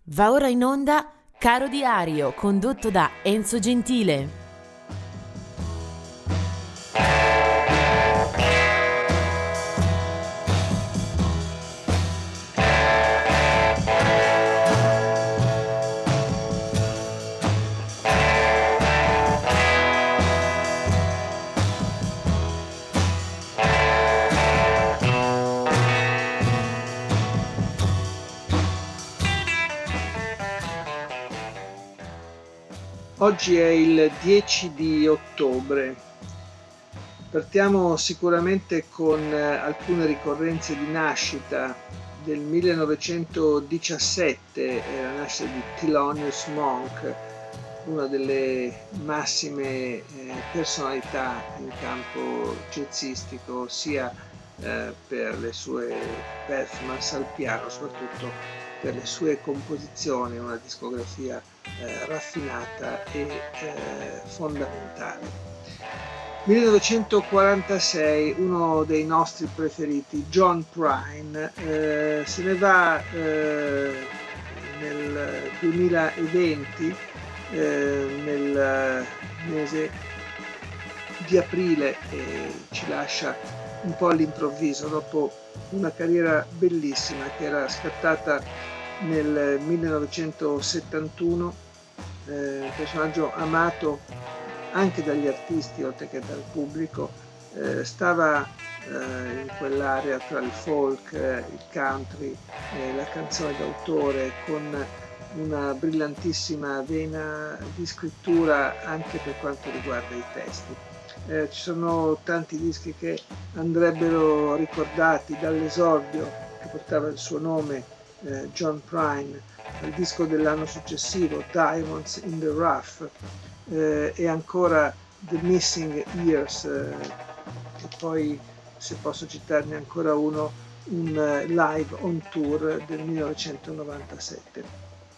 Va ora in onda Caro Diario, condotto da Enzo Gentile. Oggi è il 10 di ottobre. Partiamo sicuramente con alcune ricorrenze di nascita. Del 1917 è la nascita di Thelonious Monk, una delle massime personalità in campo jazzistico, sia per le sue performance al piano, soprattutto per le sue composizioni, una discografia raffinata e fondamentale. 1946, uno dei nostri preferiti, John Prine, se ne va nel 2020, nel mese di aprile, e ci lascia un po' all'improvviso dopo una carriera bellissima che era scattata nel 1971, un personaggio amato anche dagli artisti oltre che dal pubblico. Stava in quell'area tra il folk, il country, la canzone d'autore, con una brillantissima vena di scrittura anche per quanto riguarda i testi. Ci sono tanti dischi che andrebbero ricordati, dall'esordio che portava il suo nome, John Prine, al disco dell'anno successivo, Diamonds in the Rough, e ancora The Missing Years, e poi, se posso citarne ancora uno, un live on tour del 1997.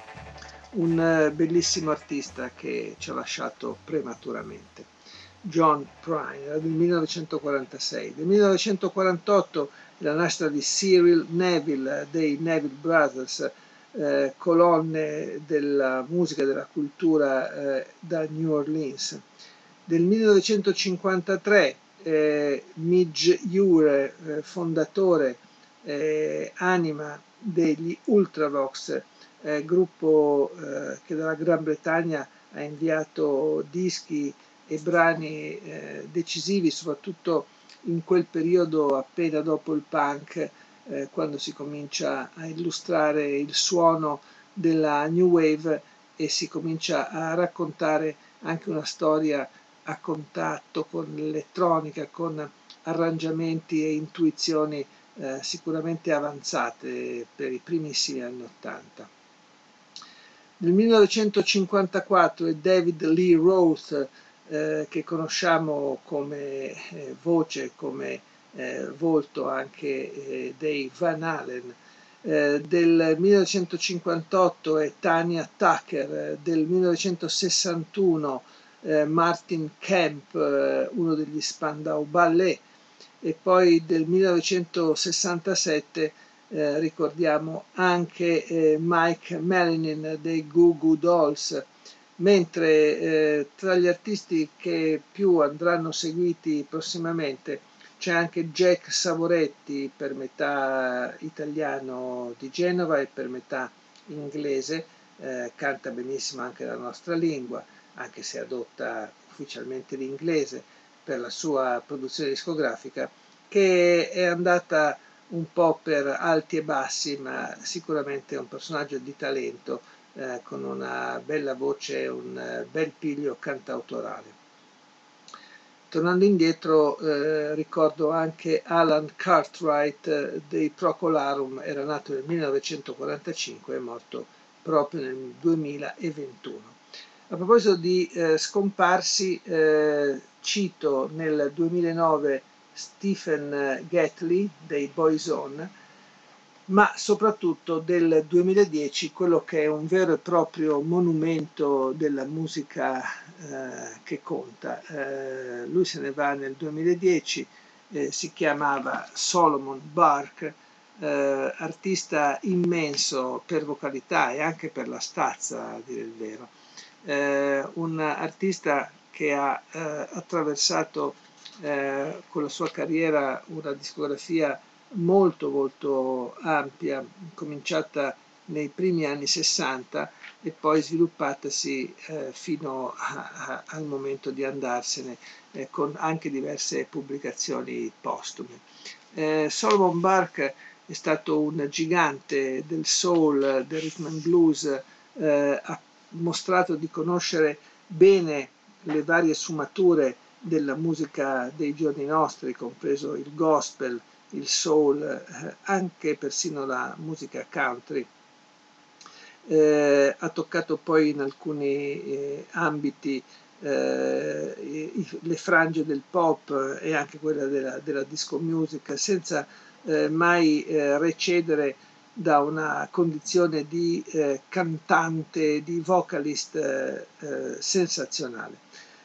Un bellissimo artista che ci ha lasciato prematuramente. John Prine, era del 1946. Del 1948 la nascita di Cyril Neville dei Neville Brothers, colonne della musica e della cultura da New Orleans. Del 1953 Midge Ure, fondatore, anima degli Ultravox, gruppo che dalla Gran Bretagna ha inviato dischi e brani decisivi, soprattutto in quel periodo appena dopo il punk, quando si comincia a illustrare il suono della New Wave e si comincia a raccontare anche una storia a contatto con l'elettronica, con arrangiamenti e intuizioni sicuramente avanzate per i primissimi anni '80. Nel 1954 è David Lee Roth, che conosciamo come voce, come volto anche dei Van Halen. Del 1958 è Tanya Tucker, del 1961 Martin Kemp, uno degli Spandau Ballet, e poi del 1967 ricordiamo anche Mike Mellinin dei Goo Goo Dolls, mentre tra gli artisti che più andranno seguiti prossimamente c'è anche Jack Savoretti, per metà italiano di Genova e per metà inglese, canta benissimo anche la nostra lingua, anche se adotta ufficialmente l'inglese per la sua produzione discografica, che è andata un po' per alti e bassi, ma sicuramente è un personaggio di talento, con una bella voce e un bel piglio cantautorale. Tornando indietro, ricordo anche Alan Cartwright dei Procolarum, era nato nel 1945 e è morto proprio nel 2021. A proposito di scomparsi, cito nel 2009 Stephen Gately dei Boyzone, ma soprattutto del 2010 quello che è un vero e proprio monumento della musica che conta. Lui se ne va nel 2010, si chiamava Solomon Burke, artista immenso per vocalità e anche per la stazza, a dire il vero. Un artista che ha attraversato con la sua carriera una discografia molto molto ampia, cominciata nei primi anni 60 e poi sviluppatasi fino al momento di andarsene, con anche diverse pubblicazioni postume. Solomon Burke è stato un gigante del soul, del rhythm and blues, ha mostrato di conoscere bene le varie sfumature della musica dei giorni nostri, compreso il gospel, il soul, anche persino la musica country. Ha toccato poi in alcuni ambiti le frange del pop e anche quella della disco music, senza mai recedere da una condizione di cantante, di vocalist sensazionale.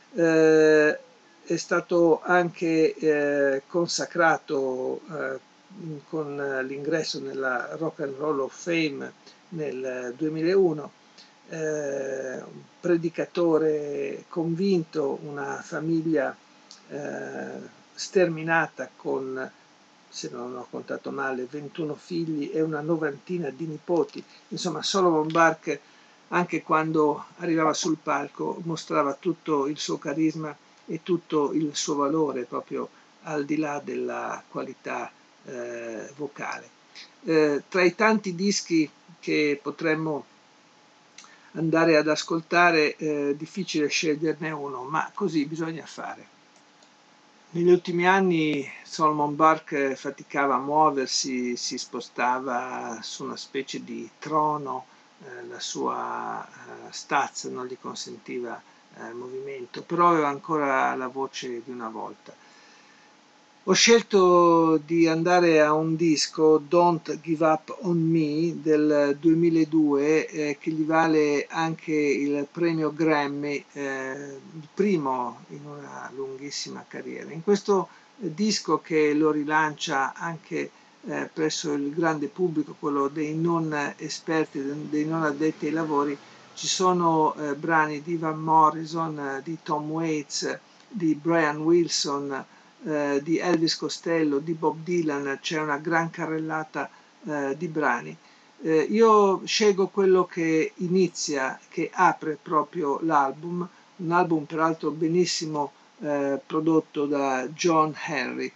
È stato anche consacrato con l'ingresso nella Rock and Roll of Fame nel 2001, un predicatore convinto, una famiglia sterminata con, se non ho contato male, 21 figli e una novantina di nipoti. Insomma, Solomon Burke, anche quando arrivava sul palco, mostrava tutto il suo carisma e tutto il suo valore, proprio al di là della qualità vocale. Tra i tanti dischi che potremmo andare ad ascoltare, difficile sceglierne uno, ma così bisogna fare. Negli ultimi anni Solomon Burke faticava a muoversi, si spostava su una specie di trono, la sua stazza non gli consentiva il movimento, però aveva ancora la voce di una volta. Ho scelto di andare a un disco, Don't Give Up on Me, del 2002, che gli vale anche il premio Grammy, il primo in una lunghissima carriera. In questo disco, che lo rilancia anche presso il grande pubblico, quello dei non esperti, dei non addetti ai lavori, ci sono brani di Van Morrison, di Tom Waits, di Brian Wilson, di Elvis Costello, di Bob Dylan. C'è una gran carrellata di brani. Io scelgo quello che inizia, che apre proprio l'album, un album peraltro benissimo prodotto da Joe Henry,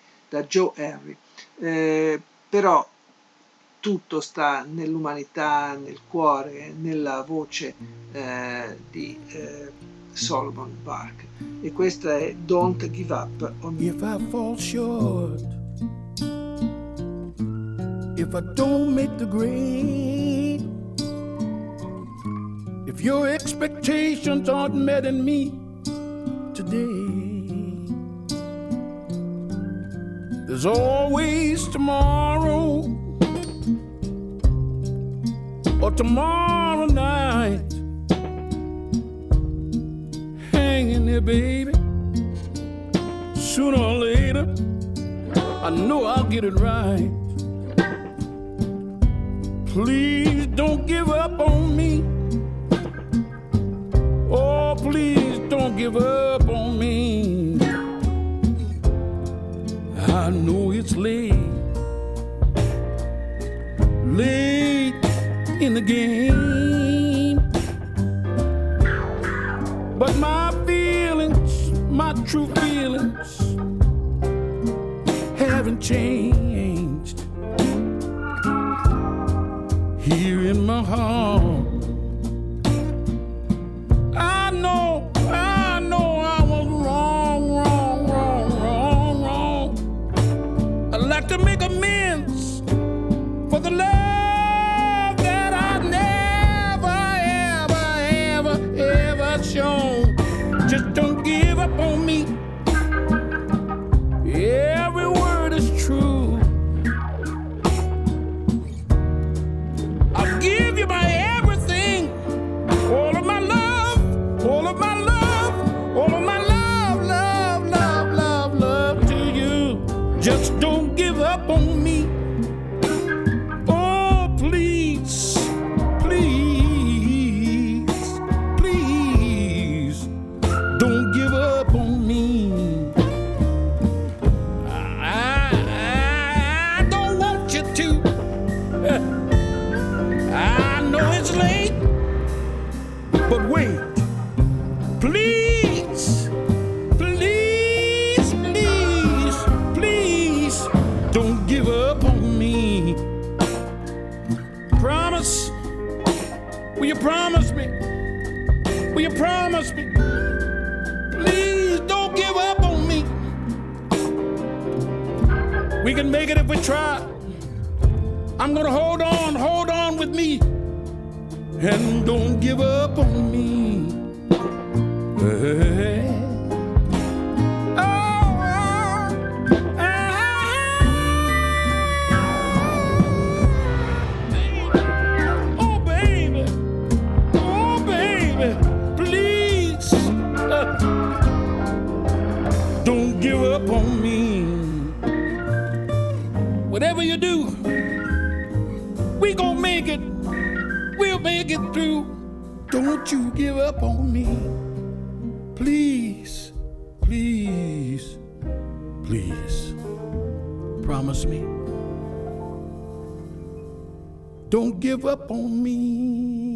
però tutto sta nell'umanità, nel cuore, nella voce di Solomon Burke, e questa è Don't Give Up on Me. If I fall short, if I don't make the grade, if your expectations aren't met in me today, there's always tomorrow, or tomorrow night. Hanging there, baby. Sooner or later, I know I'll get it right. Please don't give up on me. Oh, please don't give up on me. I know it's late in the game, but my feelings, my true feelings, haven't changed. Here in my heart, I know I was wrong. I'd like to make amends for the love that I never, ever shown. Just don't give up on me. Every word is true. I'll give you my everything. But wait, please, please, please, please, don't give up on me. Promise, will you promise me? Will you promise me? Please don't give up on me. We can make it if we try. I'm gonna hold on with me. And don't give up on me. Hey. Don't give up on me. Whatever you do, we gon' make it. We'll make it through. Don't you give up on me. Please, please, please. Promise me. Don't give up on me.